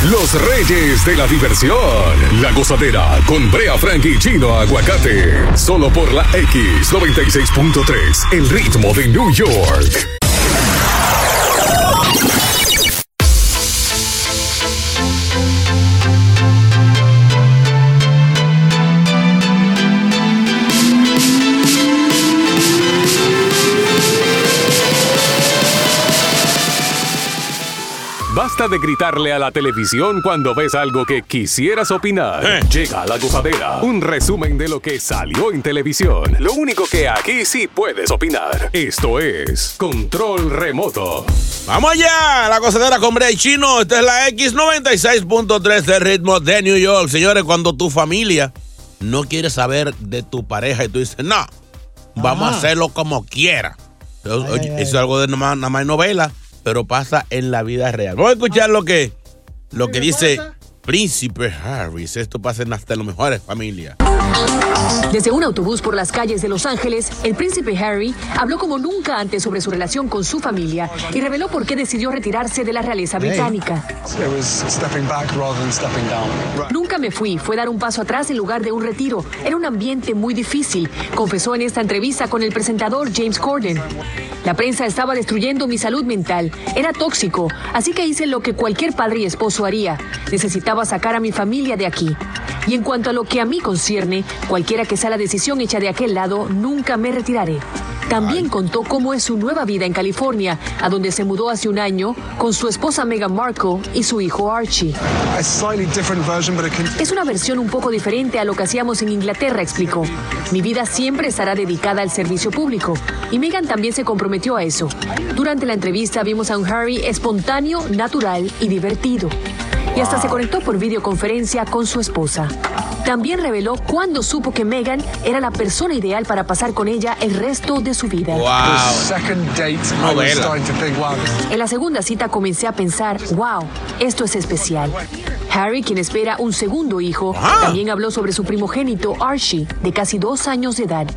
los reyes de la diversión. La Gozadera con Brea Frank y Chino Aguacate. Solo por la X96.3, el ritmo de New York. Basta de gritarle a la televisión cuando ves algo que quisieras opinar. Llega a La Gozadera, un resumen de lo que salió en televisión. Lo único que aquí sí puedes opinar. Esto es Control Remoto. ¡Vamos allá! La Gozadera con Brea y Chino. Esta es la X96.3 del ritmo de New York. Señores, cuando tu familia no quiere saber de tu pareja y tú dices, no, vamos a hacerlo como quiera. Eso es algo de nada más novela, pero pasa en la vida real. Vamos a escuchar lo que dice Príncipe Harry. Esto pasa hasta en las mejores familias. Desde un autobús por las calles de Los Ángeles, el príncipe Harry habló como nunca antes sobre su relación con su familia y reveló por qué decidió retirarse de la realeza británica. Nunca me fue dar un paso atrás en lugar de un retiro. Era un ambiente muy difícil, confesó en esta entrevista con el presentador James Corden. La prensa estaba destruyendo mi salud mental. Era tóxico, así que hice lo que cualquier padre y esposo haría. Necesitaba sacar a mi familia de aquí. Y en cuanto a lo que a mí concierne, cualquiera que sea la decisión hecha de aquel lado, nunca me retiraré. También contó cómo es su nueva vida en California, a donde se mudó hace un año con su esposa Meghan Markle y su hijo Archie. Es una versión un poco diferente a lo que hacíamos en Inglaterra, explicó. Mi vida siempre estará dedicada al servicio público, y Meghan también se comprometió a eso. Durante la entrevista vimos a un Harry espontáneo, natural y divertido. Y hasta se conectó por videoconferencia con su esposa. También reveló cuándo supo que Meghan era la persona ideal para pasar con ella el resto de su vida. En la segunda cita comencé a pensar, wow, esto es especial. Harry, quien espera un segundo hijo, también habló sobre su primogénito Archie, de casi 2 años de edad.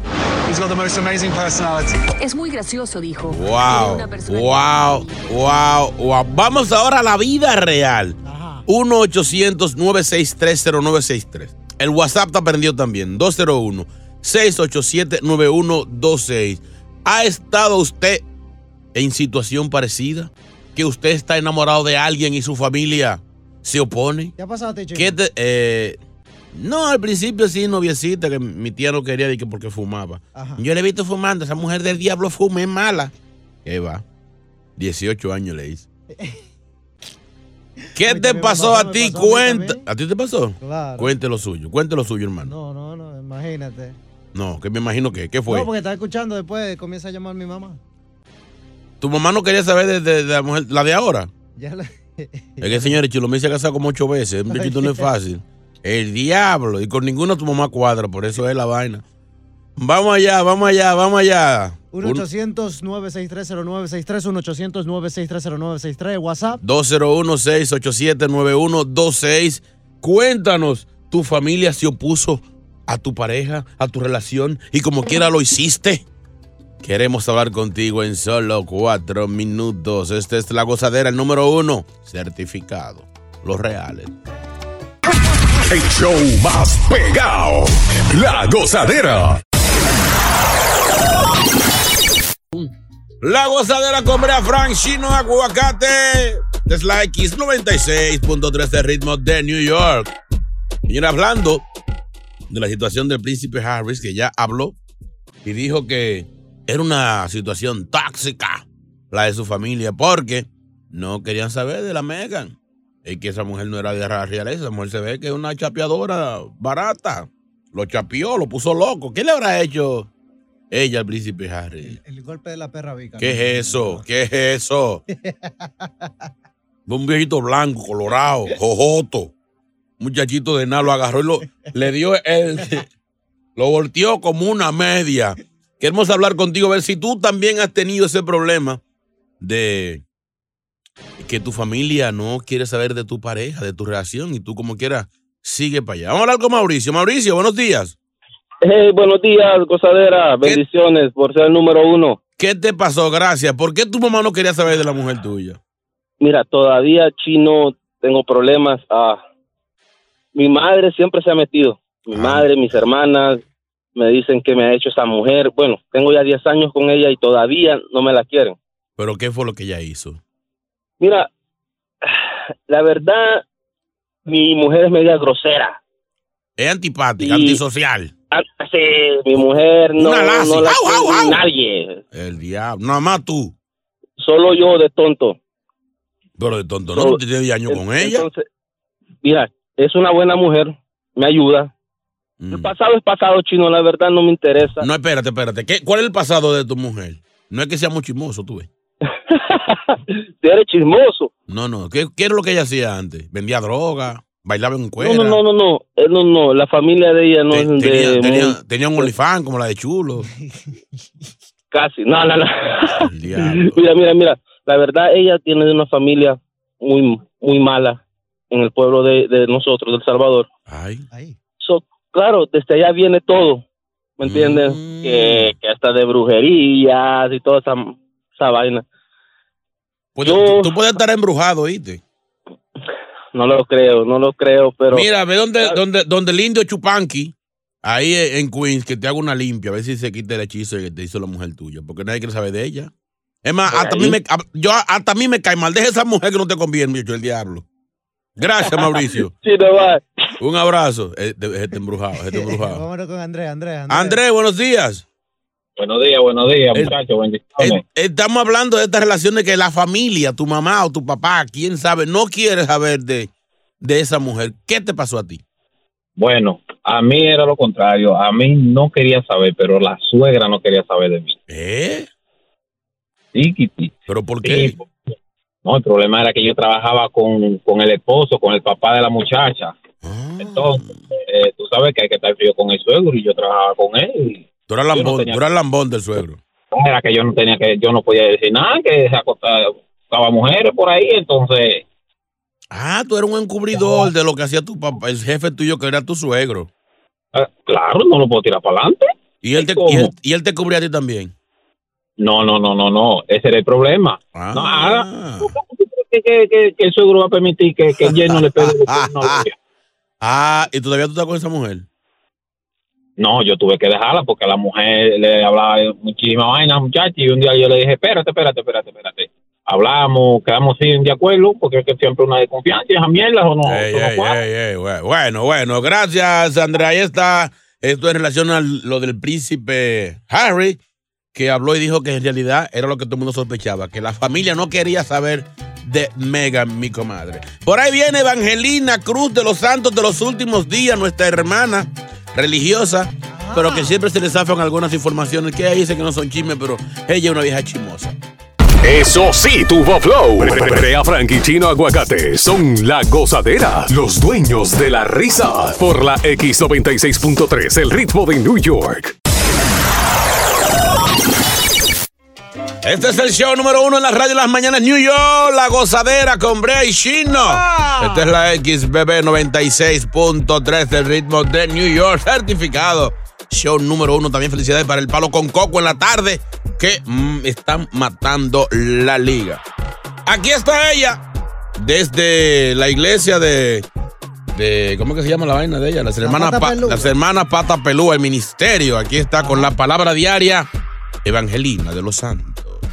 Es muy gracioso, dijo. Wow. Vamos ahora a la vida real. 1-800-963-0963. El WhatsApp está prendido también. 201-687-9126. ¿Ha estado usted en situación parecida? ¿Que usted está enamorado de alguien y su familia se opone? ¿Qué ha pasado, Chico? No, al principio sí, noviecita, que mi tía no quería que porque fumaba. Ajá. Yo le he visto fumando. Esa mujer del diablo fuma, es mala. ¿Qué va? 18 años le hice. ¿Qué te pasó a ti? Cuenta. ¿A ti te pasó? Claro. Cuente lo suyo, hermano. No, imagínate. No, que me imagino que. ¿Qué fue? No, porque estaba escuchando, después comienza a llamar mi mamá. ¿Tu mamá no quería saber de la mujer, la de ahora? Es que, señores, Chilomé se ha casado como 8 veces. Un muchachito no es fácil. El diablo. Y con ninguno tu mamá cuadra, por eso es la vaina. Vamos allá. 1-800-963-0963, 1-800-963-0963, WhatsApp. 201-687-9126. Cuéntanos, ¿tu familia se opuso a tu pareja, a tu relación, y como quiera lo hiciste? Queremos hablar contigo en solo 4 minutos. Esta es La Gozadera, el número 1, certificado. Los reales. El show más pegado, La Gozadera. La Gozadera con Brea Frank, Chino Aguacate. Es la X96.3 de ritmo de New York. Señora, hablando de la situación del príncipe Harry, que ya habló y dijo que era una situación tóxica la de su familia, porque no querían saber de la Meghan. Y que esa mujer no era de la realeza. Esa mujer se ve que es una chapeadora barata. Lo chapeó, lo puso loco. ¿Qué le habrá hecho ella al príncipe Harry? El golpe de la perra vica. ¿Qué es eso? Un viejito blanco, colorado, jojoto. Muchachito de nada, lo agarró y le dio lo volteó como una media. Queremos hablar contigo, a ver si tú también has tenido ese problema de que tu familia no quiere saber de tu pareja, de tu relación, y tú como quieras sigue para allá. Vamos a hablar con Mauricio. Mauricio, buenos días. Hey, buenos días, Gozadera. Bendiciones por ser el número 1. ¿Qué te pasó? Gracias. ¿Por qué tu mamá no quería saber de la mujer tuya? Mira, todavía, Chino, tengo problemas. Mi madre siempre se ha metido. Mi madre, mis hermanas me dicen que me ha hecho esa mujer. Bueno, tengo ya 10 años con ella y todavía no me la quieren. ¿Pero qué fue lo que ella hizo? Mira, la verdad, mi mujer es media grosera. Es antipática, antisocial. Sí, mi mujer no la quiere nadie. El diablo. Nada más tú. Solo yo de tonto. Pero de tonto, ¿no? ¿Tú tienes 10 años con ella? Entonces, mira, es una buena mujer, me ayuda. El pasado es pasado, Chino, la verdad no me interesa. No, espérate. ¿Cuál es el pasado de tu mujer? No es que sea muy chismoso, tú ves. Tú eres chismoso. No. ¿Qué era lo que ella hacía antes? ¿Vendía droga? ¿Bailaba en cuera? No. La familia de ella no es de... Tenía un OnlyFans como la de Chulo. Casi. No. Mira. La verdad, ella tiene una familia muy, muy mala en el pueblo de nosotros, del Salvador. Ay. Claro, desde allá viene todo, ¿me entiendes? Que hasta de brujerías y toda esa vaina. Pues tú puedes estar embrujado, ¿oíste? No lo creo, pero... Mira, ve donde el indio Chupanqui, ahí en Queens, que te haga una limpia, a ver si se quita el hechizo que te hizo la mujer tuya, porque nadie quiere saber de ella. Es más, hasta a mí me cae mal. Deja esa mujer que no te conviene, mucho el diablo. Gracias, Mauricio. Sí, no va. Un abrazo. Este embrujado. Vámonos con Andrés. Andrés, buenos días. Buenos días, muchachos. Bendiciones. Estamos hablando de estas relaciones que la familia, tu mamá o tu papá, quién sabe, no quiere saber de esa mujer. ¿Qué te pasó a ti? Bueno, a mí era lo contrario. A mí no quería saber, pero la suegra no quería saber de mí. Sí, Kitty. ¿Pero por qué? Sí. No, el problema era que yo trabajaba con el esposo, con el papá de la muchacha. Entonces, tú sabes que hay que estar frío con el suegro y yo trabajaba con él. Y tú eras lambón del suegro. Era que yo no podía decir nada, que se acostaba mujeres por ahí, entonces... Tú eras un encubridor de lo que hacía tu papá, el jefe tuyo que era tu suegro. Claro, no lo puedo tirar para adelante. ¿Y él te cubría a ti también? No, ese era el problema. Que el suegro va a permitir que el yerno le pegue ¿y todavía tú estás con esa mujer? No, yo tuve que dejarla porque la mujer le hablaba muchísima vaina, muchacha, y un día yo le dije, espérate. Hablamos, quedamos sin de acuerdo, porque es que siempre una desconfianza, y esa mierda o no. Bueno, gracias, Andrea. Ahí está, esto en relación a lo del príncipe Harry, que habló y dijo que en realidad era lo que todo el mundo sospechaba, que la familia no quería saber de Meghan, mi comadre. Por ahí viene Evangelina Cruz de los Santos de los Últimos Días, nuestra hermana religiosa, pero que siempre se le zafan algunas informaciones que ella dice que no son chismes, pero ella es una vieja chismosa. Eso sí, tuvo flow. Brea Frank y Chino Aguacate son la gozadera, los dueños de la risa. Por la X96.3, el ritmo de New York. Este es el show número 1 en la radio de las mañanas New York, la gozadera con Brea y Chino. Esta es la XBB 96.3 del ritmo de New York, certificado. Show número 1, también felicidades para el Palo con Coco en la tarde, que están matando la liga. Aquí está ella, desde la iglesia de ¿cómo que se llama la vaina de ella? Las hermanas Pata Pelúa, el ministerio. Aquí está con la palabra diaria, Evangelina de los Santos.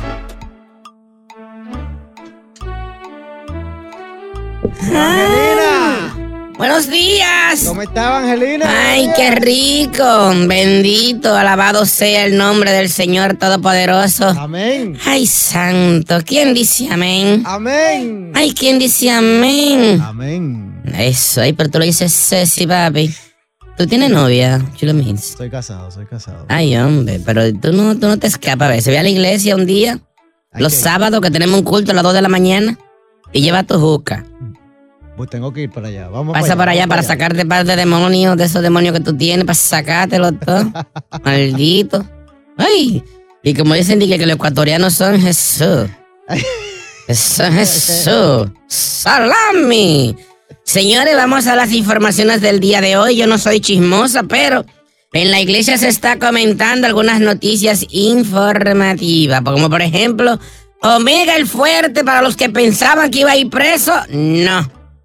¡Angelina! Buenos días. ¿Cómo está, Angelina? Ay, qué rico. Bendito, alabado sea el nombre del Señor Todopoderoso. Amén. Ay, santo. ¿Quién dice amén? Amén. Ay, ¿quién dice amén? Amén. Eso, ay, pero tú lo dices Ceci, papi. ¿Tú tienes novia, Chulo Mins? Soy casado. Ay, hombre, pero tú no te escapas a veces. Ve a la iglesia un día, los sábados que tenemos un culto a las 2 de la mañana, y lleva tu juca. Pues tengo que ir para allá. Pasa para allá para sacarte par de demonios, de esos demonios que tú tienes, para sacártelos todos. Maldito. Ay, y como dicen que los ecuatorianos son Jesús. Son Jesús. ¡Salami! Señores, vamos a las informaciones del día de hoy. Yo no soy chismosa, pero en la iglesia se está comentando algunas noticias informativas, como por ejemplo, Omega el Fuerte, para los que pensaban que iba a ir preso, no.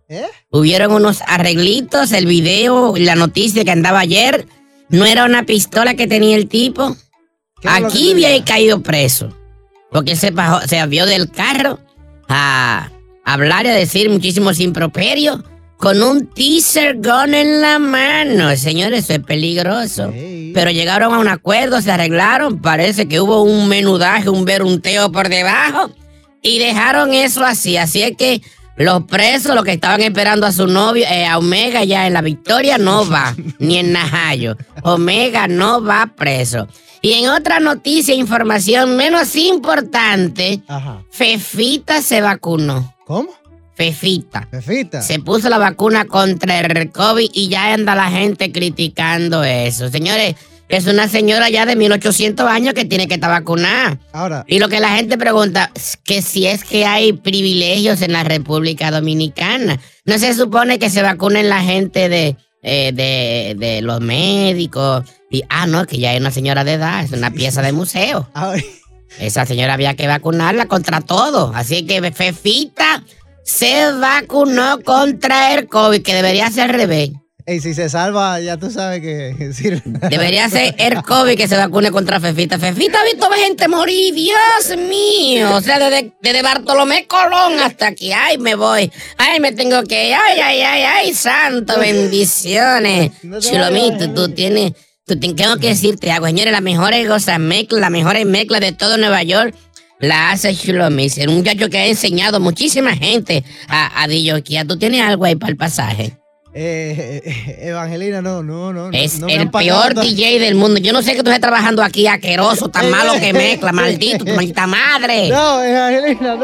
Hubieron unos arreglitos, el video, la noticia que andaba ayer, no era una pistola que tenía el tipo. Aquí había caído preso, porque se avió del carro a hablar y a decir muchísimos improperios con un teaser gun en la mano. Señores, eso es peligroso. Pero llegaron a un acuerdo, se arreglaron, parece que hubo un menudaje, un berunteo por debajo y dejaron eso así. Así es que los presos, los que estaban esperando a su novio, a Omega ya en la Victoria, no va, ni en Najayo. Omega no va preso. Y en otra noticia, información menos importante, Fefita se vacunó. ¿Cómo? Fefita. Se puso la vacuna contra el COVID y ya anda la gente criticando eso. Señores, es una señora ya de 1800 años que tiene que estar vacunada. Ahora. Y lo que la gente pregunta es que si es que hay privilegios en la República Dominicana. No se supone que se vacunen la gente de los médicos. Y, no, que ya es una señora de edad, es una pieza de museo. Esa señora había que vacunarla contra todo. Así que Fefita se vacunó contra el COVID, que debería ser al revés. Ey, si se salva, ya tú sabes que sirve. Debería ser el COVID que se vacune contra Fefita. Fefita ha visto gente morir, Dios mío. O sea, desde Bartolomé Colón hasta aquí. Ay, me voy. Ay, me tengo que ir. Ay, santo, bendiciones. Chilomito, tengo que decirte algo, señores, las mejores mezclas de todo Nueva York la hace Shlomi, el muchacho que ha enseñado muchísima gente a DJ. ¿Tú tienes algo ahí para el pasaje? Evangelina, no. Es no el peor DJ del mundo. Yo no sé que tú estés trabajando aquí, asqueroso, tan malo que mezcla, maldito, tu maldita madre. No, Evangelina,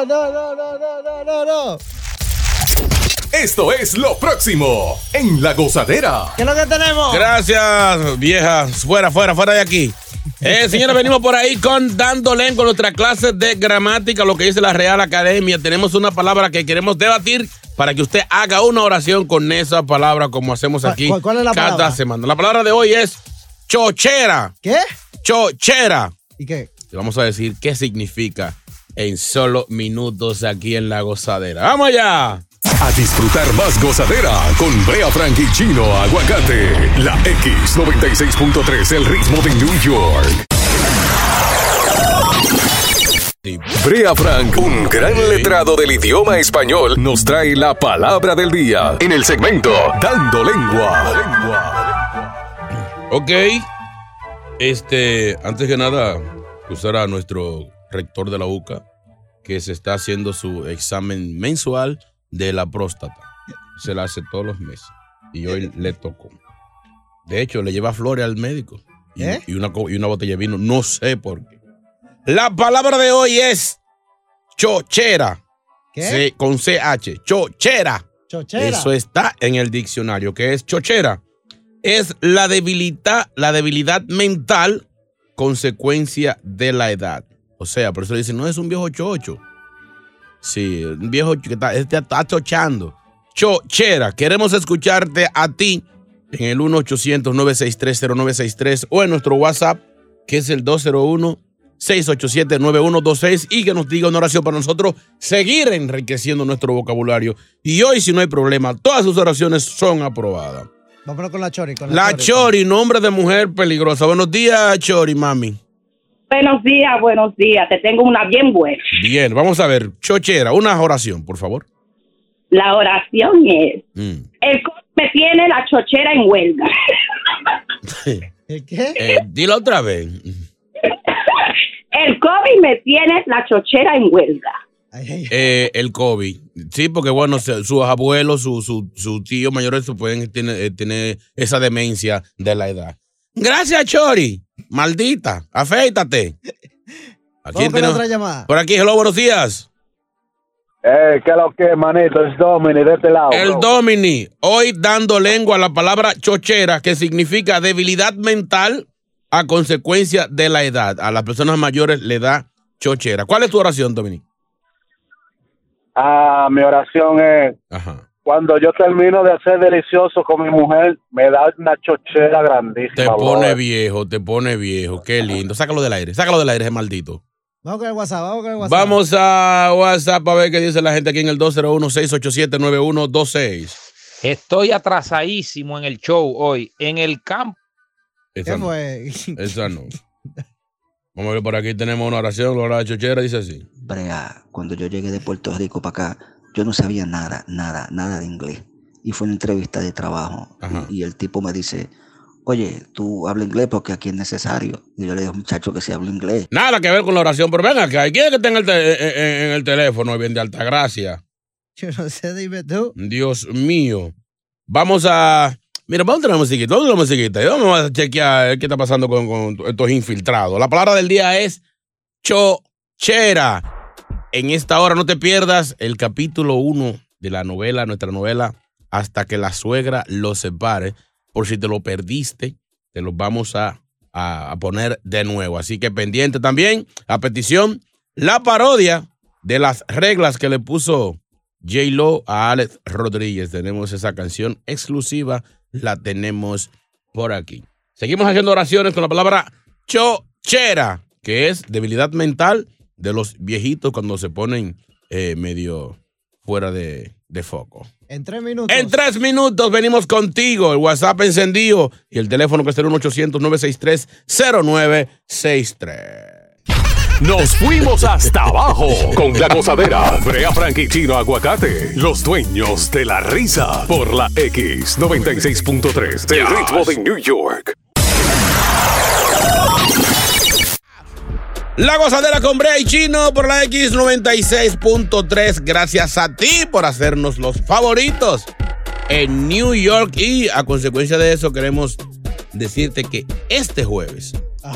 no. Esto es lo próximo en La Gozadera. ¿Qué es lo que tenemos? Gracias, vieja. Fuera de aquí. Señores, venimos por ahí dándole con nuestra clase de gramática, lo que dice la Real Academia. Tenemos una palabra que queremos debatir para que usted haga una oración con esa palabra, como hacemos aquí ¿Cuál es la cada palabra? semana. La palabra de hoy es chochera. ¿Qué? Chochera. ¿Y qué? Y vamos a decir qué significa en solo minutos aquí en La Gozadera. ¡Vamos allá! A disfrutar más gozadera con Brea Frank y Chino Aguacate. La X96.3, el ritmo de New York. Brea Frank, un gran letrado del idioma español, nos trae la palabra del día en el segmento Dando Lengua. Ok. Antes que nada, usar a nuestro rector de la UCA, que se está haciendo su examen mensual de la próstata. Se la hace todos los meses. Y hoy le tocó. De hecho, le lleva flores al médico. Y una botella de vino. No sé por qué. La palabra de hoy es chochera. ¿Qué? Con CH. Chochera. Chochera. Eso está en el diccionario. ¿Qué es chochera? Es la debilidad mental consecuencia de la edad. O sea, por eso le dicen, no es un viejo chocho. Sí, un viejo que está chochando. Chochera. Queremos escucharte a ti en el 1-800-963-0963 o en nuestro WhatsApp, que es el 201-687-9126, y que nos diga una oración para nosotros seguir enriqueciendo nuestro vocabulario. Y hoy, si no hay problema, todas sus oraciones son aprobadas. Vámonos con la Chori. La Chori, nombre de mujer peligrosa. Buenos días, Chori, mami. Buenos días. Te tengo una bien buena. Bien, vamos a ver. Chochera, una oración, por favor. La oración es: el COVID me tiene la chochera en huelga. ¿Qué? Dilo otra vez. El COVID me tiene la chochera en huelga. El COVID. Sí, porque bueno, sus abuelos, sus tíos mayores pueden tener esa demencia de la edad. Gracias, Chori. Maldita. Afeítate. Vamos con otra llamada. Por aquí, hello, buenos días. ¿Qué es lo que, manito? Es Domini de este lado. El Domini. Hoy dando lengua a la palabra chochera, que significa debilidad mental a consecuencia de la edad. A las personas mayores le da chochera. ¿Cuál es tu oración, Domini? Mi oración es: cuando yo termino de hacer delicioso con mi mujer, me da una chochera grandísima. Te pone viejo. Qué lindo. Sácalo del aire, ese maldito. Vamos con el WhatsApp, Vamos a WhatsApp a ver qué dice la gente aquí en el 201-687-9126. Estoy atrasadísimo en el show hoy, en el campo. ¿Qué fue? Esa no. Vamos a ver, por aquí tenemos una oración, la hora de chochera, dice así. Brea, cuando yo llegué de Puerto Rico para acá, yo no sabía nada de inglés. Y fue una entrevista de trabajo. Y el tipo me dice, oye, tú hablas inglés porque aquí es necesario. Y yo le digo, muchacho, que si hablo inglés. Nada que ver con la oración, pero ven acá, ¿quién es que está en el teléfono? Bien de Altagracia. Yo no sé, dime tú. Dios mío. Vamos a... Mira, vamos a tener musiquita, y vamos a chequear qué está pasando con estos infiltrados. La palabra del día es chochera. En esta hora no te pierdas el capítulo 1 de la novela, nuestra novela, Hasta que la suegra lo separe. Por si te lo perdiste, te lo vamos a poner de nuevo. Así que pendiente también, a petición, la parodia de las reglas que le puso J-Lo a Alex Rodríguez. Tenemos esa canción exclusiva, la tenemos por aquí. Seguimos haciendo oraciones con la palabra chochera, que es debilidad mental de los viejitos cuando se ponen medio fuera de foco. En 3 minutos. En 3 minutos venimos contigo. El WhatsApp encendido y el teléfono que es el 1-800-963-0963. Nos fuimos hasta abajo con la gozadera. Brea Frank y Chino Aguacate, los dueños de la risa, por la X96.3 del ritmo de New York. La gozadera con Brea y Chino por la X96.3. Gracias a ti por hacernos los favoritos en New York. Y a consecuencia de eso queremos decirte que este jueves,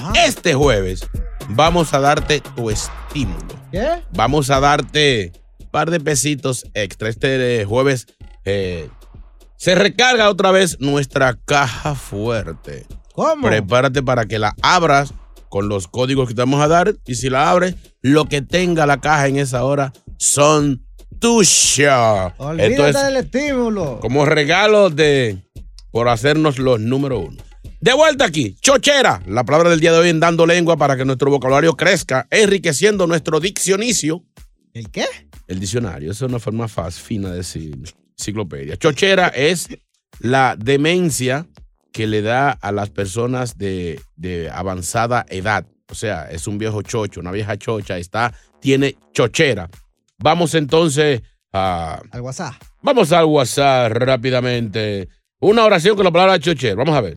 vamos a darte tu estímulo. ¿Qué? Vamos a darte un par de pesitos extra. Este jueves se recarga otra vez nuestra caja fuerte. ¿Cómo? Prepárate para que la abras con los códigos que te vamos a dar. Y si la abres, lo que tenga la caja en esa hora son tuyos. Olvídate del estímulo. Como regalo por hacernos los número 1. De vuelta aquí, chochera, la palabra del día de hoy en Dando Lengua para que nuestro vocabulario crezca, enriqueciendo nuestro diccionario. ¿El qué? El diccionario, esa es una forma fina de decir enciclopedia. Chochera es la demencia que le da a las personas de avanzada edad. O sea, es un viejo chocho, una vieja chocha, tiene chochera. Vamos entonces al WhatsApp. Vamos al WhatsApp rápidamente. Una oración con la palabra chochera. Vamos a ver.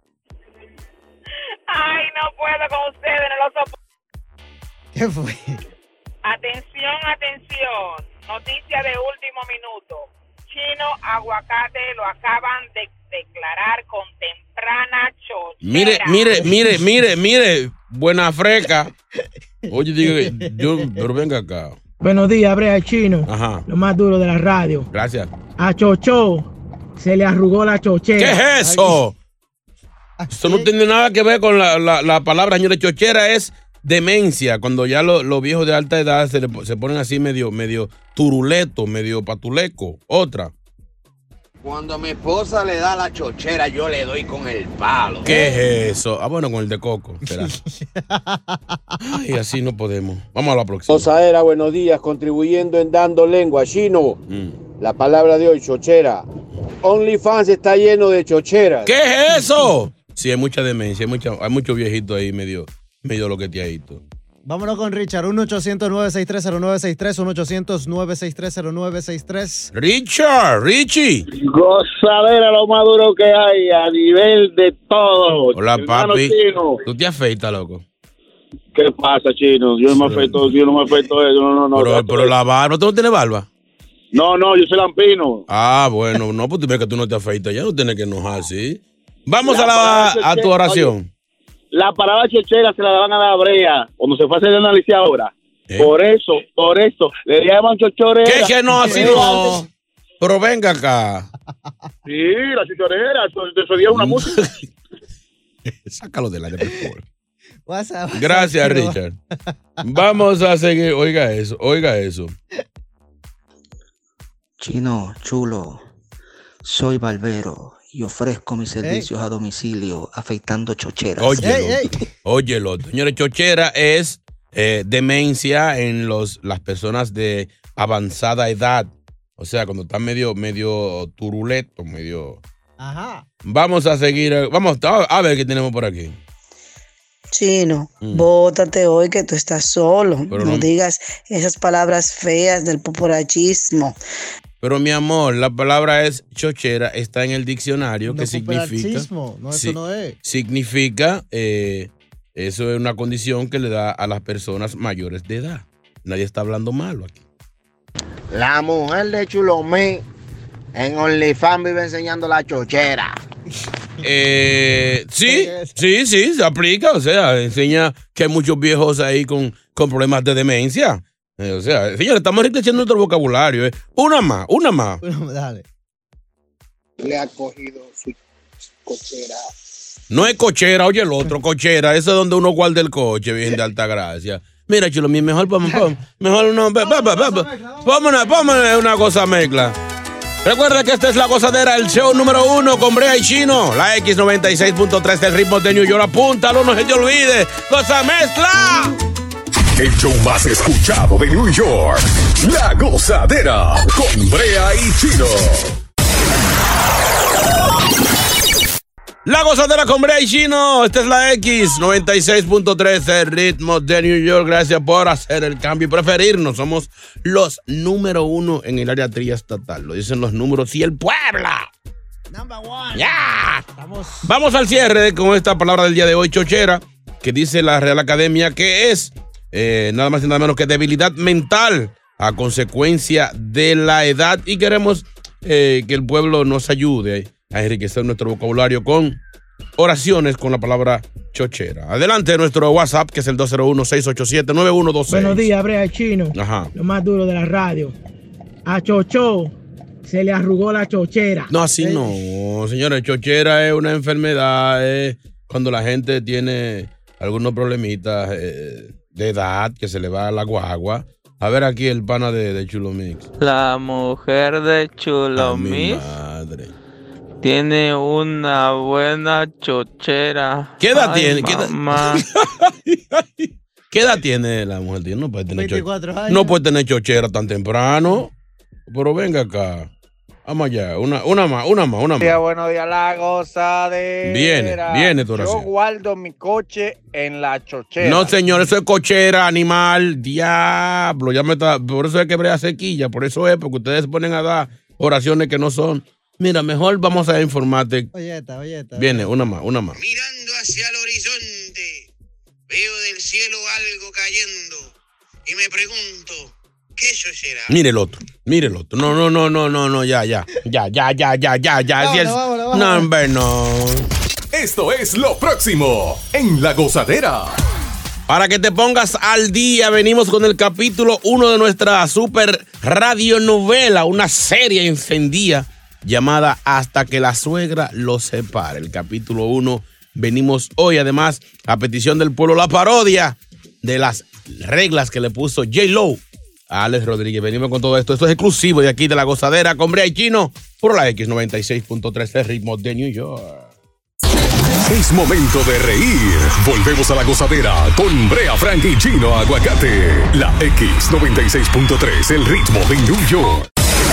Ay, no puedo con ustedes, no lo soporto. ¿Qué fue? Atención. Noticia de último minuto. Chino Aguacate lo acaban de declarar con temprana chochera. Mire, buena freca. Oye, pero venga acá. Buenos días, Brea y Chino. Ajá. Lo más duro de la radio. Gracias. A Chocho se le arrugó la chochera. ¿Qué es eso? Esto no tiene nada que ver con la palabra, señores. Chochera es demencia. Cuando ya los viejos de alta edad se ponen así medio turuleto, medio patuleco. Otra. Cuando mi esposa le da la chochera, yo le doy con el palo. ¿Qué es eso? Bueno, con el de coco. Será. Ay, así no podemos. Vamos a la próxima. Gozadera, buenos días, contribuyendo en Dando Lengua. Chino, la palabra de hoy, chochera. OnlyFans está lleno de chocheras. ¿Qué es eso? Sí, hay mucha demencia, hay muchos viejitos ahí medio loqueteaditos. Vámonos con Richard, 1-800-963-0963, 1-800-963-0963. Richie. Gozadera, lo más duro que hay a nivel de todo. Hola, papi. Chino. ¿Tú te afeitas, loco? ¿Qué pasa, Chino? Yo no me afeito eso. No. Pero la barba, ¿tú no tienes barba? No, yo soy lampino. Ah, bueno, no, pues tú ves que tú no te afeitas, ya no tienes que enojar, ¿sí? Vamos a tu oración. Oye, la palabra chochera se la daban a la Brea cuando se fue a hacer el análisis ahora. Por eso, le llaman chochorera. ¿Qué no? Así no. Pero venga acá. Sí, la chochorera, eso dio una música. Sácalo del aire, por favor. WhatsApp. Gracias, Richard. Vamos a seguir. Oiga eso. Chino, chulo, soy barbero y ofrezco mis servicios a domicilio afeitando chocheras. Óyelo. Señores, chochera es demencia en las personas de avanzada edad. O sea, cuando están medio turuleto, medio... Ajá. Vamos a seguir, vamos a ver qué tenemos por aquí. Chino, bótate hoy que tú estás solo. Pero no digas esas palabras feas del poporachismo. Pero mi amor, la palabra es chochera, está en el diccionario, que significa... No, eso no es. Significa, eso es una condición que le da a las personas mayores de edad. Nadie está hablando malo aquí. La mujer de Chulomí en OnlyFans vive enseñando la chochera. Sí, se aplica. O sea, enseña que hay muchos viejos ahí con problemas de demencia. O sea, señores, estamos enriqueciendo nuestro vocabulario. Una más. Dale. Le ha cogido su cochera. No es cochera, oye el otro, cochera. Eso es donde uno guarda el coche, bien de alta gracia. Mira, Chulo, mejor no. Póngale una cosa mezcla. Recuerda que esta es La Gozadera, el show número 1 con Brea y Chino. La X96.3 del ritmo de New York. Apúntalo, no se te olvide. ¡Cosa mezcla! El show más escuchado de New York. La Gozadera con Brea y Chino. La Gozadera con Brea y Chino. Esta es la X96.3, el ritmo de New York. Gracias por hacer el cambio y preferirnos. Somos los número 1 en el área triestatal. Lo dicen los números y el Puebla. Number 1. ¡Ya! Vamos al cierre con esta palabra del día de hoy, chochera, que dice la Real Academia que es nada más y nada menos que debilidad mental a consecuencia de la edad. Y queremos que el pueblo nos ayude a enriquecer nuestro vocabulario con oraciones con la palabra chochera. Adelante, nuestro WhatsApp, que es el 201-687-9126. Buenos días, Brea Chino. Ajá. Lo más duro de la radio. A Chocho se le arrugó la chochera. No, así no, señores. Chochera es una enfermedad, cuando la gente tiene algunos problemitas de edad, que se le va la guagua. A ver aquí el pana de Chulomix. La mujer de Chulomix tiene una buena chochera. ¿Qué edad tiene? ¿Qué edad tiene la mujer? No puede tener 24 años. No puede tener chochera tan temprano. Pero venga acá. Vamos allá. Una más. Buenos días, La Gozadera. Viene tu oración. Yo guardo mi coche en la chochera. No, señor, eso es cochera, animal. Diablo. Por eso es que Brea sequilla. Por eso es, porque ustedes se ponen a dar oraciones que no son. Mira, mejor vamos a informarte. Oye, Viene, una más. Mirando hacia el horizonte, veo del cielo algo cayendo y me pregunto, ¿qué eso será? Mire el otro. No, ya. Vámonos. No, hombre, no. Esto es lo próximo en La Gozadera. Para que te pongas al día, venimos con el capítulo 1 de nuestra super radionovela, una serie encendida llamada Hasta que la suegra los separe. El capítulo 1, venimos hoy, además, a petición del pueblo, la parodia de las reglas que le puso J-Lo a Alex Rodríguez. Venimos con todo esto. Esto es exclusivo de aquí de La Gozadera con Brea y Chino por la X96.3, el ritmo de New York. Es momento de reír. Volvemos a La Gozadera con Brea, Frank y Chino Aguacate. La X96.3, el ritmo de New York.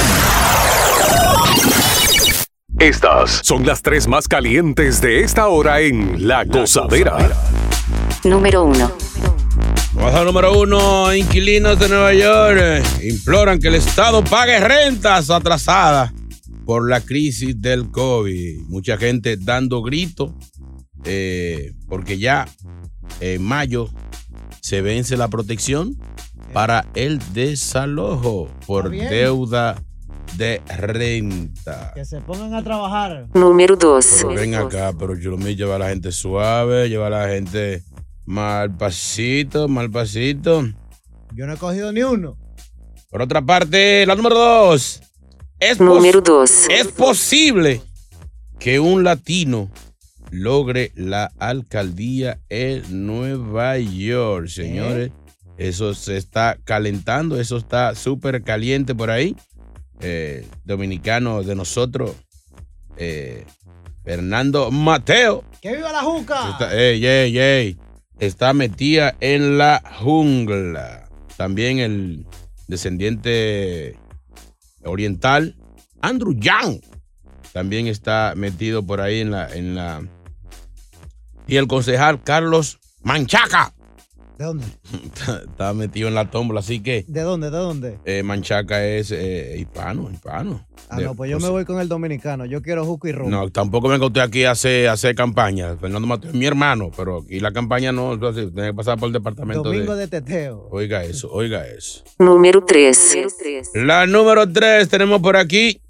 Estas son las 3 más calientes de esta hora en La Gozadera. Número 1. Baja número 1. Inquilinos de Nueva York imploran que el Estado pague rentas atrasadas por la crisis del COVID. Mucha gente dando gritos porque ya en mayo se vence la protección para el desalojo por deuda de renta. Que se pongan a trabajar. Número 2. Ven acá, pero Chulomí lleva a la gente suave, lleva a la gente mal pasito. Yo no he cogido ni uno. Por otra parte, la número 2. Número 2. Es posible que un latino logre la alcaldía en Nueva York, señores. Eso se está calentando, eso está súper caliente por ahí. Dominicano de nosotros, Fernando Mateo. ¡Que viva la juca! está metida en la jungla. También el descendiente oriental, Andrew Yang, también está metido por ahí en la y el concejal Carlos Manchaca. ¿De dónde? Está metido en la tómbola, así que... ¿De dónde? Manchaca es hispano. No, pues yo me voy con el dominicano. Yo quiero Juco y Ron. No, tampoco me conté aquí a hacer campaña. Fernando Mateo es mi hermano, pero aquí la campaña no, entonces tiene que pasar por el departamento Domingo de teteo. Oiga eso. Número 3. La número 3 tenemos por aquí.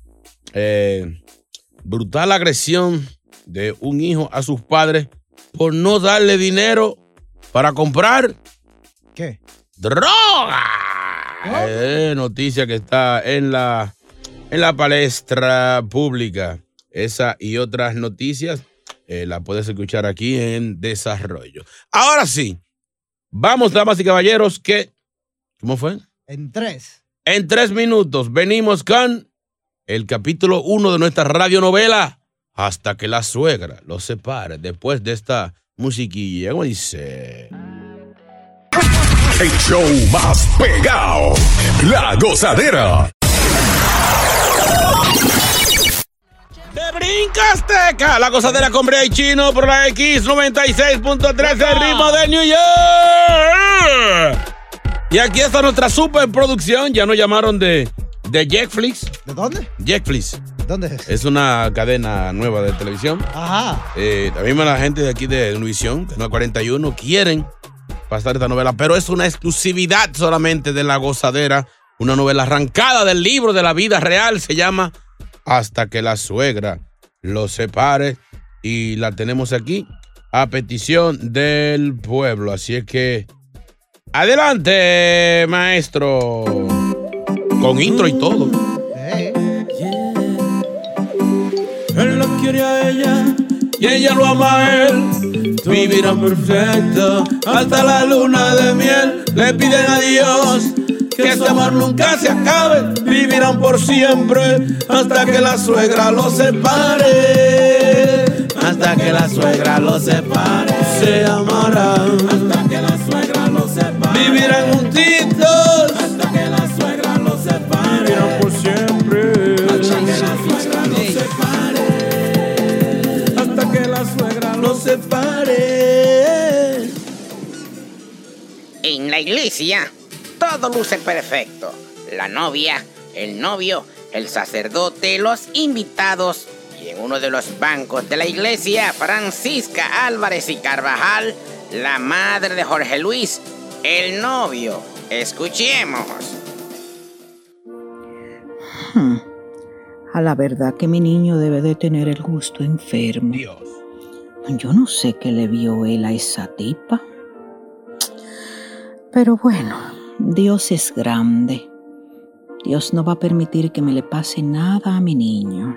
Brutal agresión de un hijo a sus padres por no darle dinero para comprar ¿qué? ¡Droga! Noticia que está en la palestra pública. Esa y otras noticias la puedes escuchar aquí en Desarrollo. Ahora sí, vamos, damas y caballeros, ¿cómo fue? En 3 minutos venimos con el capítulo 1 de nuestra radionovela Hasta que la suegra los separe. Después de esta musiquilla, ¿cómo dice? El show más pegado, La Gozadera. ¡Te brincasteca! La Gozadera con Brea y Chino por la X96.3 el ritmo de New York. Y aquí está nuestra superproducción. Ya nos llamaron de Jetflix. ¿De dónde? Jetflix. ¿Dónde es? Es una cadena nueva de televisión. Ajá. También la gente de aquí de Univisión, Canal 41, quieren pasar esta novela, pero es una exclusividad solamente de La Gozadera. Una novela arrancada del libro de la vida real. Se llama Hasta que la suegra los separe. Y la tenemos aquí a petición del pueblo. Así es que adelante, maestro. Con intro y todo. Él la quiere a ella y ella lo ama a él. Vivirán perfecto hasta la luna de miel. Le piden a Dios que este amor nunca se acabe. Vivirán por siempre hasta que la suegra los separe. Hasta que la suegra los separe. Se amarán hasta que la suegra los separe. Vivirán juntitos hasta que la suegra los separe. Vivirán por siempre hasta que la suegra los separe. Hasta que la suegra los separe. En la iglesia todo luce perfecto. La novia, el novio, el sacerdote, los invitados. Y en uno de los bancos de la iglesia, Francisca Álvarez y Carvajal, la madre de Jorge Luis, el novio. Escuchemos. A la verdad que mi niño debe de tener el gusto enfermo. Dios. Yo no sé qué le vio él a esa tipa. Pero bueno, Dios es grande. Dios no va a permitir que me le pase nada a mi niño.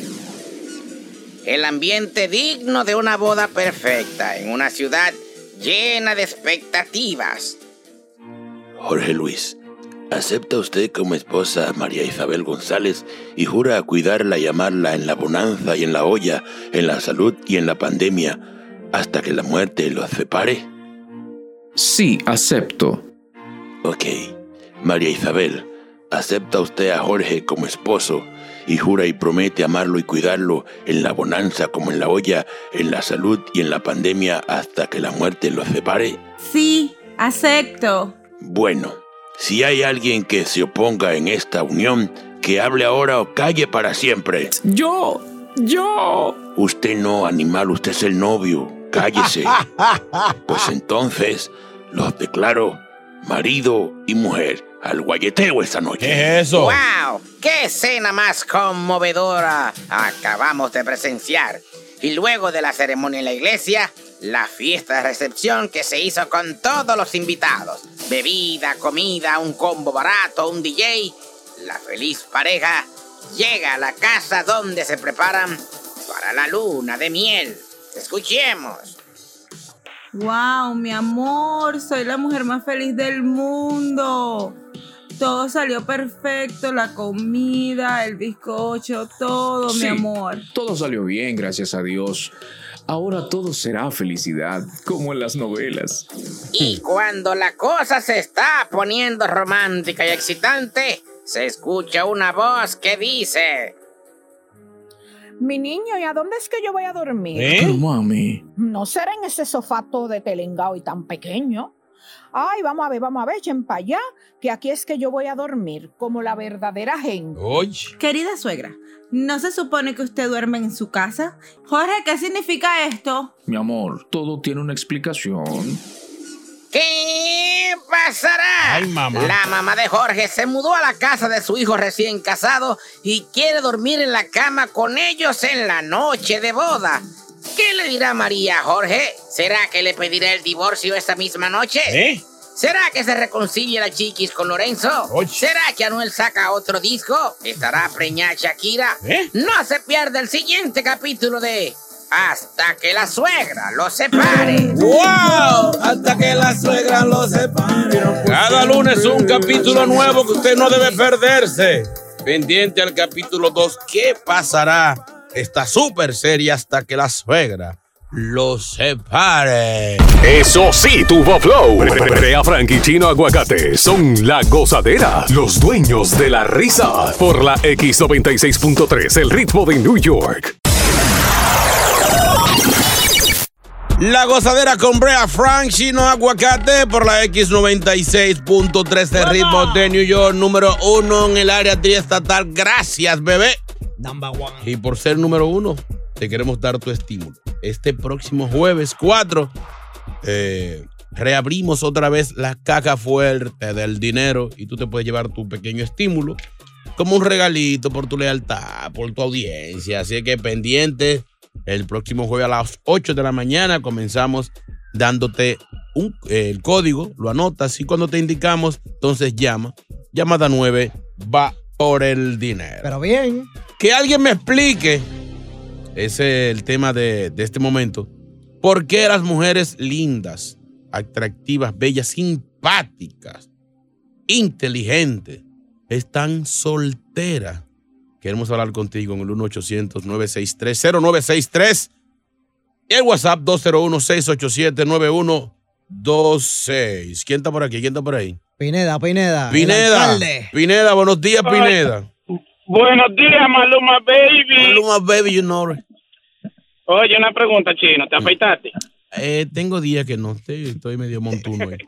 El ambiente digno de una boda perfecta en una ciudad llena de expectativas. Jorge Luis, ¿acepta usted como esposa a María Isabel González y jura cuidarla y amarla en la bonanza y en la olla, en la salud y en la pandemia, hasta que la muerte los separe? Sí, acepto. Ok. María Isabel, ¿acepta usted a Jorge como esposo y jura y promete amarlo y cuidarlo en la bonanza como en la olla, en la salud y en la pandemia hasta que la muerte los separe? Sí, acepto. Bueno, si hay alguien que se oponga en esta unión, que hable ahora o calle para siempre. ¡Yo! Usted no, animal, usted es el novio. Cállese. Pues entonces los declaro marido y mujer al guayeteo esta noche. ¿Qué es eso? ¡Wow! ¡Qué escena más conmovedora acabamos de presenciar! Y luego de la ceremonia en la iglesia, la fiesta de recepción que se hizo con todos los invitados. Bebida, comida, un combo barato, un DJ. La feliz pareja llega a la casa donde se preparan para la luna de miel. Escuchemos. Wow, mi amor, soy la mujer más feliz del mundo. Todo salió perfecto, la comida, el bizcocho, todo, Sí, mi amor. Todo salió bien, gracias a Dios. Ahora todo será felicidad, como en las novelas. Y cuando la cosa se está poniendo romántica y excitante, se escucha una voz que dice... Mi niño, ¿y a dónde es que yo voy a dormir? Pero mami. No será en ese sofá todo de telengao y tan pequeño. Ay, vamos a ver, echen para allá, que aquí es que yo voy a dormir, como la verdadera gente. Oye. Querida suegra, ¿no se supone que usted duerme en su casa? Jorge, ¿qué significa esto? Mi amor, todo tiene una explicación. ¿Qué pasará? Ay, mamá. La mamá de Jorge se mudó a la casa de su hijo recién casado y quiere dormir en la cama con ellos en la noche de boda. ¿Qué le dirá María a Jorge? ¿Será que le pedirá el divorcio esa misma noche? ¿Será que se reconcilia la chiquis con Lorenzo? Oye. ¿Será que Anuel saca otro disco? ¿Estará preñada Shakira? No se pierda el siguiente capítulo de Hasta que la suegra lo separe. ¡Wow! Hasta que la suegra lo separe. Cada lunes un capítulo nuevo que usted no debe perderse. Pendiente al capítulo 2. ¿Qué pasará? Esta super serie Hasta que la suegra lo separe. Eso sí, tuvo flow. Brea Frank y Chino Aguacate son la gozadera, los dueños de la risa. Por la X96.3, el ritmo de New York. La gozadera con Brea Frank, Chino Aguacate por la X96.3, el ritmo de New York, número 1 en el área triestatal. Gracias, bebé. Number one. Y por ser número 1, te queremos dar tu estímulo. Este próximo jueves 4, reabrimos otra vez la caja fuerte del dinero y tú te puedes llevar tu pequeño estímulo como un regalito por tu lealtad, por tu audiencia. Así que pendiente, el próximo jueves a las 8 de la mañana comenzamos dándote el código, lo anotas y cuando te indicamos, entonces llamada 9, va por el dinero. Pero bien. Que alguien me explique, ese es el tema de este momento, ¿por qué las mujeres lindas, atractivas, bellas, simpáticas, inteligentes, están solteras? Queremos hablar contigo en el 1-800-963-0963 y el WhatsApp 201-687-9126. ¿Quién está por aquí? ¿Quién está por ahí? Pineda. Pineda, buenos días, Pineda. Buenos días, Maluma Baby. Maluma Baby, you know. Oye, una pregunta, Chino. ¿Te afeitaste? Tengo días que no. Estoy medio montuno ahí.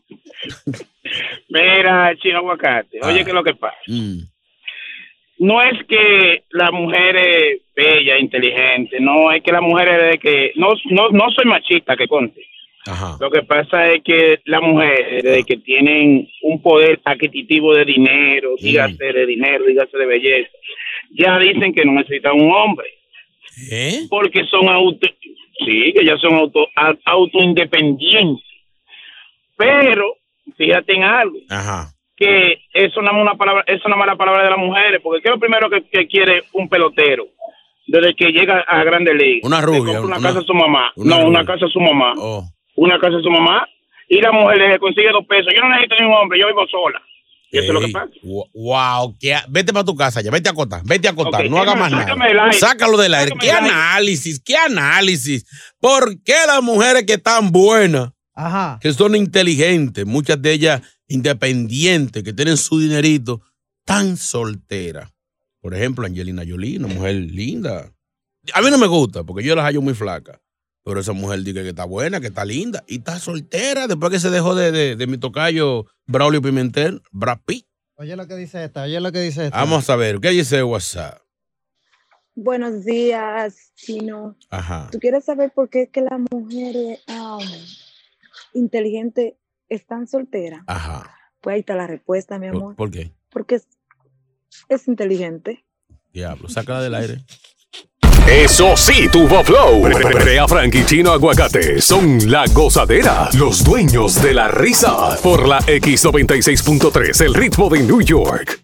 Mira, Chino Aguacate. Oye, ¿qué es lo que pasa? No es que las mujeres bellas, inteligentes, no es que las mujeres de que... No soy machista, que conte. Ajá. Lo que pasa es que las mujeres de que tienen un poder adquisitivo de dinero, dígase de dinero, dígase de belleza, ya dicen que no necesitan un hombre. Porque son que ya son autoindependientes. Pero, fíjate en algo. Ajá. Que es una mala palabra de las mujeres, porque ¿qué es lo primero que quiere un pelotero? Desde que llega a Grandes Ligas. Una rubia. Una casa a su mamá. Una casa a su mamá. Oh. Una casa a su mamá. Y la mujer le consigue 2 pesos. Yo no necesito ni un hombre, yo vivo sola. Y eso es lo que pasa. Wow. Vete para tu casa ya, vete a acotar. Okay, no hagas más nada. Aire. Sácalo del aire. ¿Qué análisis? ¿Por qué las mujeres que están buenas, que son inteligentes, muchas de ellas independientes, que tienen su dinerito, tan solteras? Por ejemplo, Angelina Jolie, una mujer linda. A mí no me gusta, porque yo las hallo muy flacas. Pero esa mujer dice que está buena, que está linda. Y está soltera después que se dejó de mi tocayo Braulio Pimentel, Brad Pitt. Oye lo que dice esta. Vamos a ver, ¿qué dice WhatsApp? Buenos días, Chino. Ajá. ¿Tú quieres saber por qué es que las mujeres inteligentes están solteras? Ajá. Pues ahí está la respuesta, mi amor. ¿Por qué? Porque es inteligente. Diablo, sácala del aire. Eso sí, tuvo flow. Brea Frank y Chino Aguacate son la gozadera, los dueños de la risa. Por la X96.3, el ritmo de New York.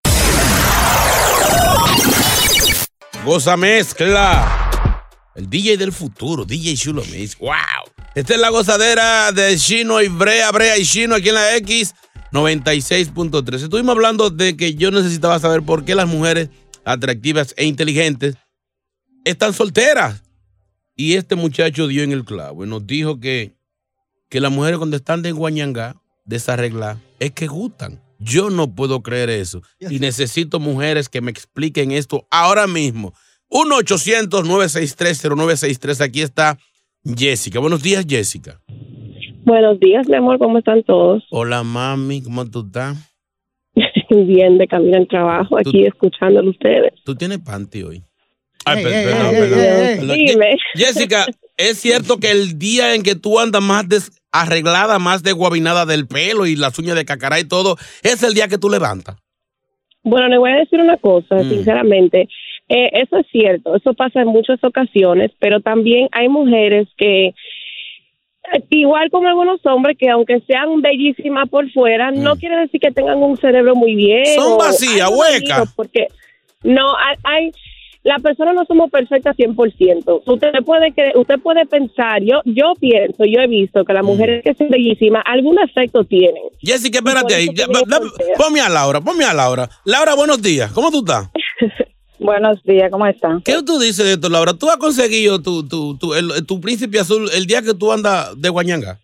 Goza mezcla. El DJ del futuro, DJ Chulo Mix. ¡Wow! Esta es la gozadera de Chino y Brea y Chino aquí en la X96.3. Estuvimos hablando de que yo necesitaba saber por qué las mujeres atractivas e inteligentes están solteras. Y este muchacho dio en el clavo y nos dijo que las mujeres cuando están de guañangá, desarregladas, es que gustan. Yo no puedo creer eso. Y necesito mujeres que me expliquen esto ahora mismo. 1-800-963-0963. Aquí está Jessica. Buenos días, Jessica. Buenos días, mi amor. ¿Cómo están todos? Hola, mami. ¿Cómo tú estás? Bien, de camino al trabajo, aquí escuchándolo ustedes. ¿Tú tienes panty hoy? Ay, perdón. Dime. Jessica, ¿es cierto que el día en que tú andas más desarreglada, más desguabinada del pelo y las uñas de cacará y todo, es el día que tú levantas? Bueno, le voy a decir una cosa, sinceramente. Eso es cierto, eso pasa en muchas ocasiones, pero también hay mujeres que, igual como algunos hombres, que aunque sean bellísimas por fuera, no quiere decir que tengan un cerebro muy bien. Son vacías, huecas. Porque no, las personas no somos perfectas 100%. Usted puede pensar, yo pienso, yo he visto que las mujeres que son bellísimas, algún efecto tienen. Jessica, espérate ahí. Ponme a Laura. Laura, buenos días. ¿Cómo tú estás? Buenos días, ¿cómo están? ¿Qué tú dices de esto, Laura? ¿Tú has conseguido tu príncipe azul el día que tú andas de guañanga?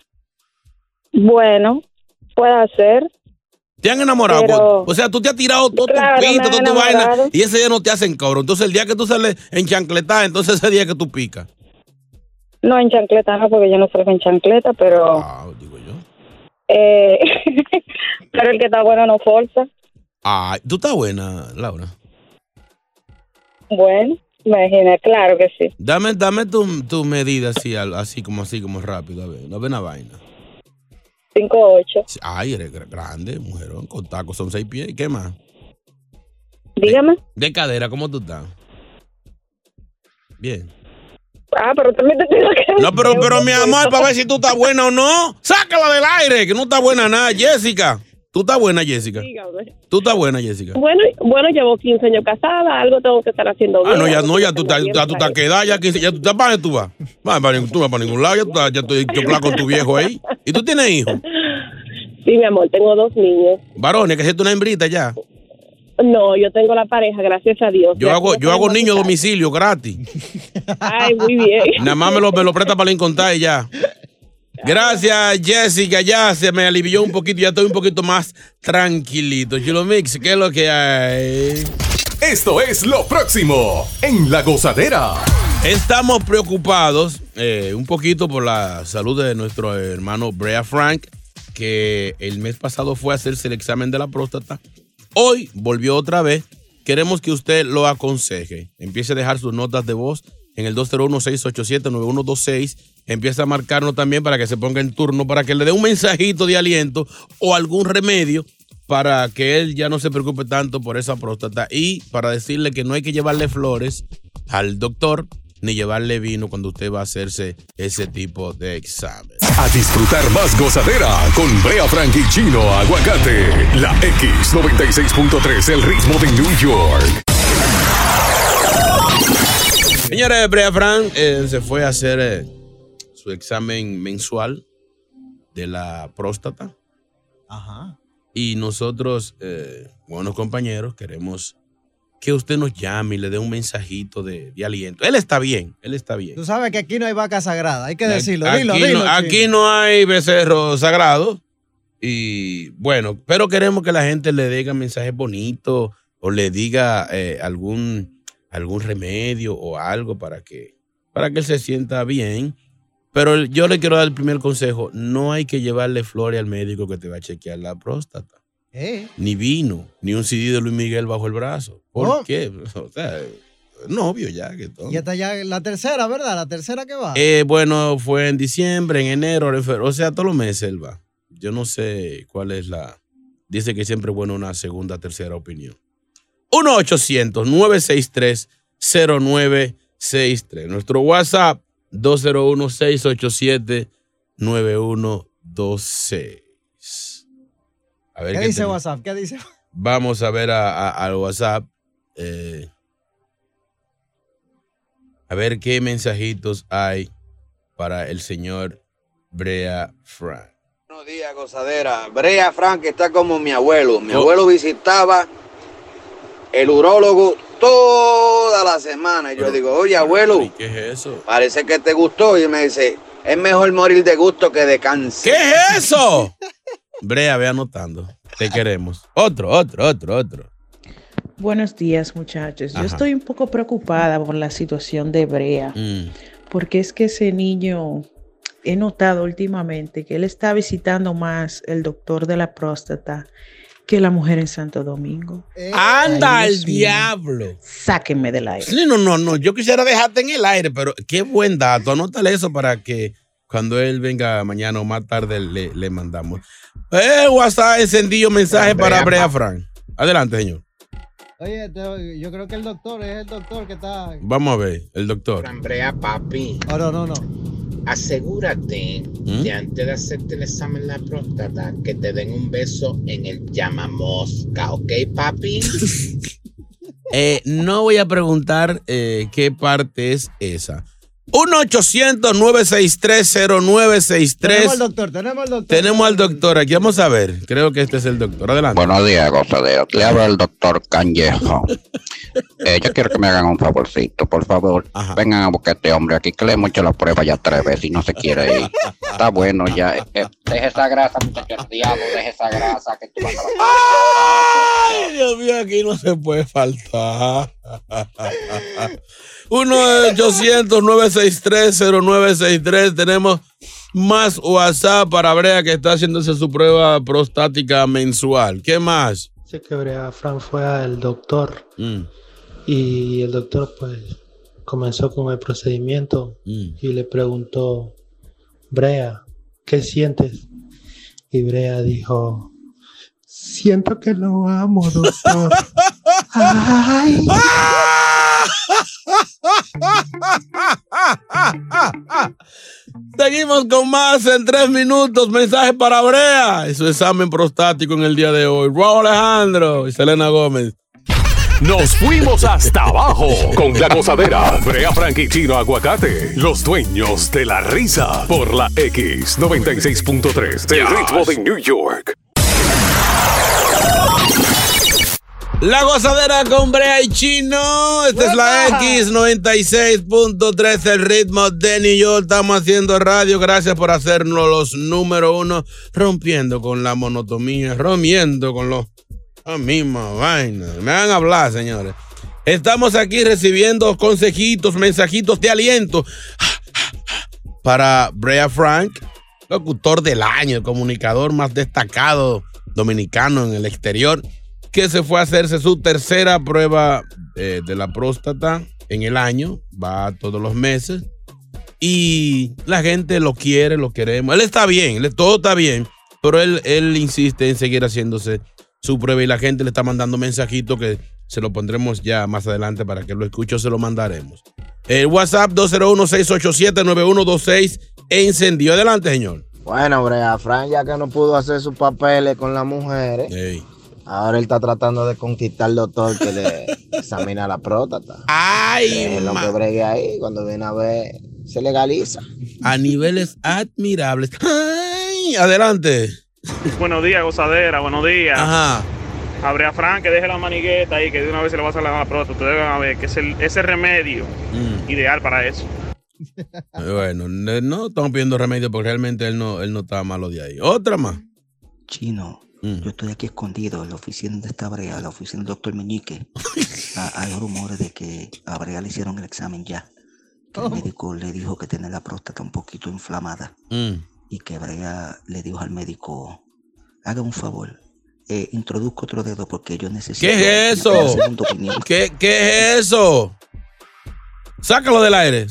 Bueno, puede ser. ¿Te han enamorado? Pero, o sea, tú te has tirado todo claro, tu pinto, toda tu vaina, enamorado. y ese día no te hacen cobro. Entonces, el día que tú sales en chancleta, entonces ese día que tú picas. No, en chancleta no, porque yo no salgo en chancleta, pero... digo yo. Pero el que está bueno no forza. ¿Tú estás buena, Laura? Bueno, imagina, claro que sí. Dame tu medida así como rápido, a ver una vaina. 5'8". Ay, eres grande, mujerón, con tacos son 6 pies. ¿Y qué más? Dígame. De cadera, ¿cómo tú estás? Bien. Pero también te tengo que... No, pero mi amor, para ver si tú estás buena o no. Sácala del aire, que no está buena nada. Jessica, ¿tú estás buena, Jessica? Dígame. ¿Tú estás buena, Jessica? Bueno, llevo 15 años casada, algo tengo que estar haciendo bien. Ya tú estás quedada, ya tú estás, ¿para dónde tú vas? Tú vas para ningún lado, ya estoy choclada con tu viejo ahí. ¿Y tú tienes hijos? Sí, mi amor, tengo 2 niños. Varones, que es una hembrita ya. No, yo tengo la pareja, gracias a Dios. Yo hago niño a domicilio gratis. Ay, muy bien. Nada más me lo presta para incontar y ya. Gracias, Jessica. Ya se me alivió un poquito, ya estoy un poquito más tranquilito. Chulo Mix, ¿qué es lo que hay? Esto es lo próximo en La Gozadera. Estamos preocupados un poquito por la salud de nuestro hermano Brea Frank, que el mes pasado fue a hacerse el examen de la próstata. Hoy volvió otra vez. Queremos que usted lo aconseje. Empiece a dejar sus notas de voz en el 201-687-9126. Empieza a marcarnos también para que se ponga en turno, para que le dé un mensajito de aliento o algún remedio para que él ya no se preocupe tanto por esa próstata, y para decirle que no hay que llevarle flores al doctor ni llevarle vino cuando usted va a hacerse ese tipo de examen. A disfrutar más gozadera con Brea Frank y Chino Aguacate. La X96.3, el ritmo de New York. Señores, Brea Frank se fue a hacer su examen mensual de la próstata. Ajá. Y nosotros, buenos compañeros, queremos que usted nos llame y le dé un mensajito de aliento. Él está bien. Tú sabes que aquí no hay vaca sagrada, hay que decirlo. Dilo, aquí no hay becerro sagrado. Y bueno, pero queremos que la gente le diga mensajes bonitos o le diga algún remedio o algo para que él se sienta bien. Pero yo le quiero dar el primer consejo. No hay que llevarle flores al médico que te va a chequear la próstata. Ni vino, ni un CD de Luis Miguel bajo el brazo. ¿Por qué? O sea, novio ya. Que todo. Y esta ya la tercera, ¿verdad? La tercera que va. Bueno, fue en diciembre, en enero, en febrero. O sea, todos los meses él va. Yo no sé cuál es la... Dice que siempre es bueno una segunda, tercera opinión. 1-800-963-0963. Nuestro WhatsApp, 201-687-9126. A ver ¿Qué dice WhatsApp? ¿Qué dice? Vamos a ver al WhatsApp. A ver qué mensajitos hay para el señor Brea Frank. Buenos días, gozadera. Brea Frank está como mi abuelo. Mi abuelo visitaba el urólogo todos toda la semana. Y yo digo, oye, abuelo, ¿qué es eso? Parece que te gustó. Y me dice, es mejor morir de gusto que de cáncer. ¿Qué es eso? Brea, ve anotando. Te queremos. Otro. Buenos días, muchachos. Ajá. Yo estoy un poco preocupada por la situación de Brea, porque es que ese niño, he notado últimamente que él está visitando más el doctor de la próstata que la mujer en Santo Domingo. ¡Anda Ay, al Dios mío. diablo! Sáquenme del aire. Sí, no. Yo quisiera dejarte en el aire, pero qué buen dato. Anótale eso para que cuando él venga mañana o más tarde le mandamos. WhatsApp encendido, mensaje para Brea Frank. Adelante, señor. Oye, yo creo que el doctor es el doctor que está. Vamos a ver, el doctor. Brea, papi. Oh, no. Asegúrate de antes de hacerte el examen de la próstata que te den un beso en el llamamosca, ¿ok, papi? No voy a preguntar qué parte es esa. 1-800-963-0963. Tenemos al doctor. Tenemos al doctor aquí. Vamos a ver. Creo que este es el doctor. Adelante. Buenos días, gozadero. Te habla el doctor Canyejo. Yo quiero que me hagan un favorcito, por favor. Vengan a buscar a este hombre aquí, que le hemos hecho la prueba ya 3 veces y no se quiere ir. Está bueno ya. Deje esa grasa, muchachos. Diablo, deje esa grasa que tú vas a... Ay, Dios mío, aquí no se puede faltar. 1-800-963-0963. Tenemos más WhatsApp para Brea, que está haciéndose su prueba prostática mensual. ¿Qué más? Sé que Brea Frank fue al doctor y el doctor pues comenzó con el procedimiento y le preguntó, Brea, ¿qué sientes? Y Brea dijo, siento que lo amo, doctor. Ay. Seguimos con más en 3 minutos. Mensaje para Brea y su examen prostático en el día de hoy. Raúl Alejandro y Selena Gómez. Nos fuimos hasta abajo con la gozadera. Brea Frank y Chino Aguacate, los dueños de la risa, por la X96.3, el ritmo de New York. La gozadera con Brea y Chino. Esta es la X96.3, el ritmo de New York. Estamos haciendo radio. Gracias por hacernos los número 1, rompiendo con la monotonía, rompiendo con la misma vaina. Me van a hablar, señores. Estamos aquí recibiendo consejitos, mensajitos de aliento para Brea Frank, locutor del año, el comunicador más destacado dominicano en el exterior, que se fue a hacerse su tercera prueba de la próstata en el año. Va todos los meses y la gente lo quiere, lo queremos. Él está bien, todo está bien, pero él insiste en seguir haciéndose su prueba y la gente le está mandando mensajitos que se lo pondremos ya más adelante para que lo escuche o se lo mandaremos. El WhatsApp 201-687-9126 encendió. Adelante, señor. Bueno, Brea Frank, ya que no pudo hacer sus papeles con las mujeres, ahora él está tratando de conquistar al doctor que le examina la próstata. ¡Ay! Lo que bregue ahí, cuando viene a ver, se legaliza. A niveles admirables. ¡Ay! Adelante. Buenos días, gozadera, buenos días. Ajá. A Brea Frank, que deje la manigueta ahí, que de una vez se le va a salir la próstata. Ustedes van a ver que es ese remedio ideal para eso. Bueno, no estamos pidiendo remedio porque realmente él no está malo de ahí. Otra más. Chino, yo estoy aquí escondido en la oficina de esta Brea, la oficina del doctor Meñique. Hay rumores de que a Brea le hicieron el examen ya. Que el médico le dijo que tiene la próstata un poquito inflamada. Y que Brea le dijo al médico, haga un favor, introduzca otro dedo porque yo necesito... ¿Qué es eso? ¿Qué es eso? Sácalo del aire.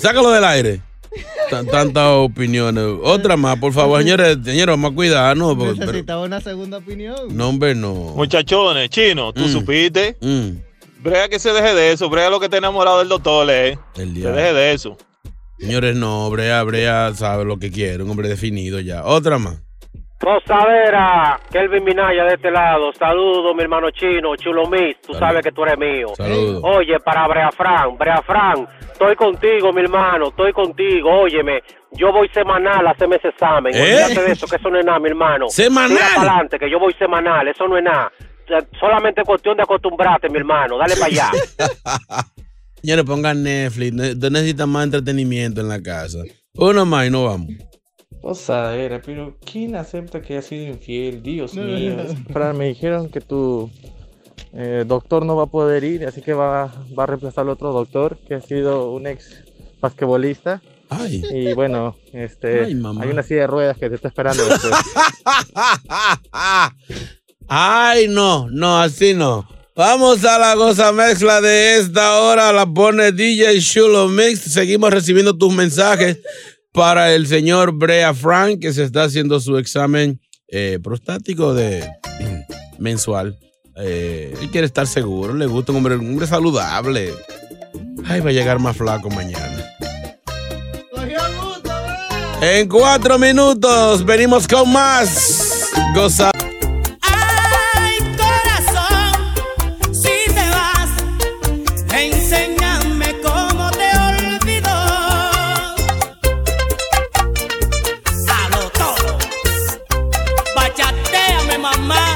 Tantas opiniones. Otra más, por favor, señores, más cuidado. No, necesitaba una segunda opinión. No, hombre, no. Muchachones, Chino, ¿tú supiste? Brea que se deje de eso. Brea lo que está enamorado del doctor, Se deje de eso. Señores, no, Brea sabe lo que quiere, un hombre definido ya. Otra más. Gozadera, Kelvin Minaya de este lado. Saludos, mi hermano Chino, Chulo Miss, tú sabes que tú eres mío. Saludos. Oye, para Brea Frank, estoy contigo, mi hermano, estoy contigo. Óyeme, yo voy semanal a hacerme ese examen. Olvídate de eso, que eso no es nada, mi hermano. ¿Semanal? Tira para adelante, que yo voy semanal, eso no es nada. Solamente cuestión de acostumbrarte, mi hermano. Dale para allá. Señores, pongan Netflix. Ustedes necesitan más entretenimiento en la casa. Uno más y no vamos. Gozadera, pero ¿quién acepta que ha sido infiel? Dios mío. Fran, me dijeron que tu doctor no va a poder ir, así que va a reemplazar al otro doctor que ha sido un ex basquetbolista. Ay. Y bueno, hay una silla de ruedas que te está esperando después. Ay, no, así no. Vamos a la goza mezcla de esta hora. La pone DJ Chulo Mix. Seguimos recibiendo tus mensajes para el señor Brea Frank, que se está haciendo su examen prostático mensual. Él quiere estar seguro, le gusta un hombre saludable. Ay, va a llegar más flaco mañana. En 4 minutos venimos con más goza. Ay, corazón, si te vas, enséñame cómo te olvidó. Hablo todo, bachateame, mamá.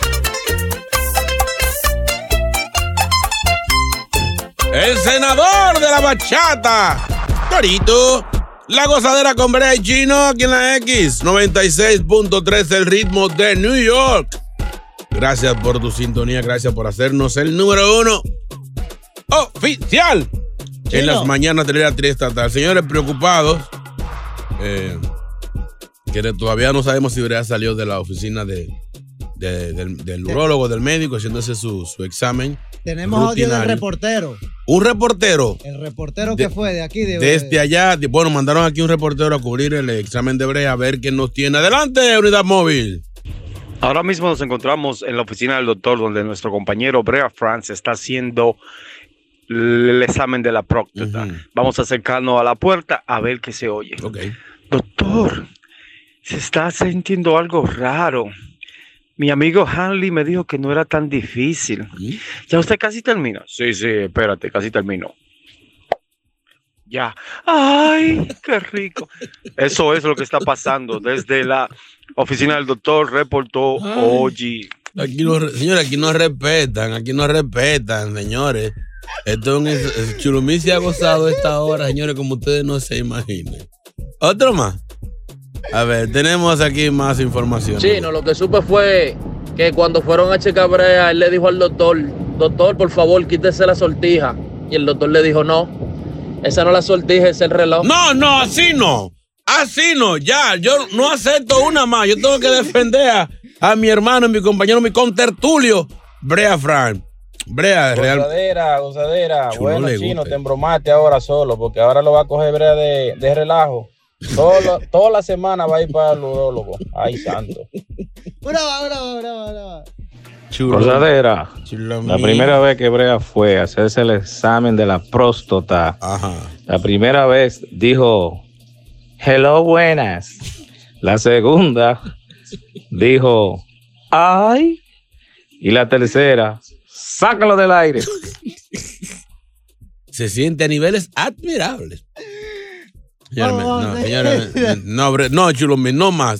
El senador de la bachata, Torito. La gozadera con Brea y Chino aquí en la X 96.3, el ritmo de New York. Gracias por tu sintonía, gracias por hacernos el número 1 oficial en las mañanas de la triestatal. Señores, preocupados, que todavía no sabemos si Brea salió de la oficina del urólogo, del médico, haciéndose su examen. Tenemos audio del reportero. ¿Un reportero? El reportero que fue de aquí. Desde allá, bueno, mandaron aquí un reportero a cubrir el examen de Brea, a ver qué nos tiene. Adelante, unidad móvil. Ahora mismo nos encontramos en la oficina del doctor, donde nuestro compañero Brea Frank está haciendo el examen de la próstata. Uh-huh. Vamos a acercarnos a la puerta a ver qué se oye. Okay. Doctor, se está sintiendo algo raro. Mi amigo Hanley me dijo que no era tan difícil. ¿Sí? ¿Ya usted casi termina? Sí, espérate, casi termino. Ya. ¡Ay, qué rico! Eso es lo que está pasando. Desde la oficina del doctor reportó Oji. Señores, aquí no respetan, señores. Esto es Chulumí se ha gozado esta hora, señores, como ustedes no se imaginan. ¿Otro más? A ver, tenemos aquí más información. Chino, lo que supe fue que cuando fueron a checar a Brea, él le dijo al doctor, por favor, quítese la sortija. Y el doctor le dijo, no, esa no es la sortija, es el reloj. No, así no, ya, yo no acepto una más. Yo tengo que defender a mi hermano, mi compañero, mi contertulio, Brea Frank. Brea, gozadera. Bueno, Chino, te embromaste ahora solo, porque ahora lo va a coger Brea de relajo. Toda la semana va a ir para el urólogo. Ay, santo. Brava. Gozadera. La primera vez que Brea fue a hacerse el examen de la próstata, la primera vez dijo, hello, buenas. La segunda dijo, ay. Y la tercera, sácalo del aire. Se siente a niveles admirables. Señores, no, Chulomí, no más.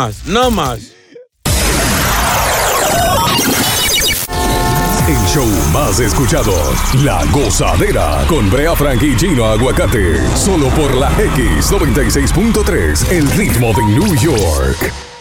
El show más escuchado, La Gozadera, con Brea Frank y Chino Aguacate, solo por la X 96.3, el ritmo de New York.